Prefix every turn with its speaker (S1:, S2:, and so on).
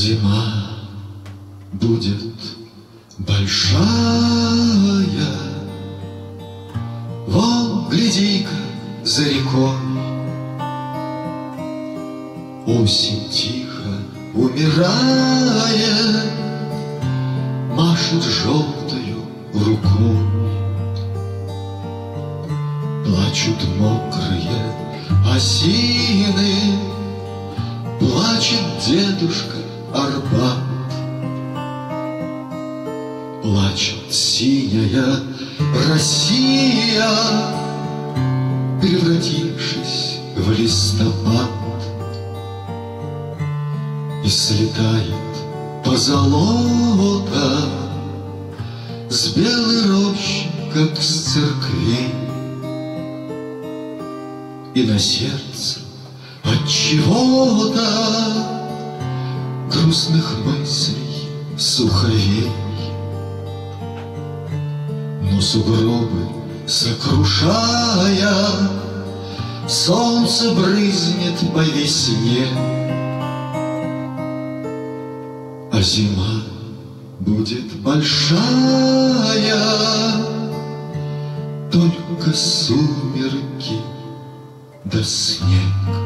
S1: зима будет большая. Вон, гляди-ка, за рекой осень тихо умирая машет желтою рукой. Плачут мокрые осины, плачет дедушка Арбат. Плачет синяя Россия, превратившись в листопад. И слетает позолота с белой рощи, как с церквей. И на сердце отчего-то грустных мыслей суховей. Но сугробы сокрушая, солнце брызнет по весне. А зима будет большая, только сумерки да снег.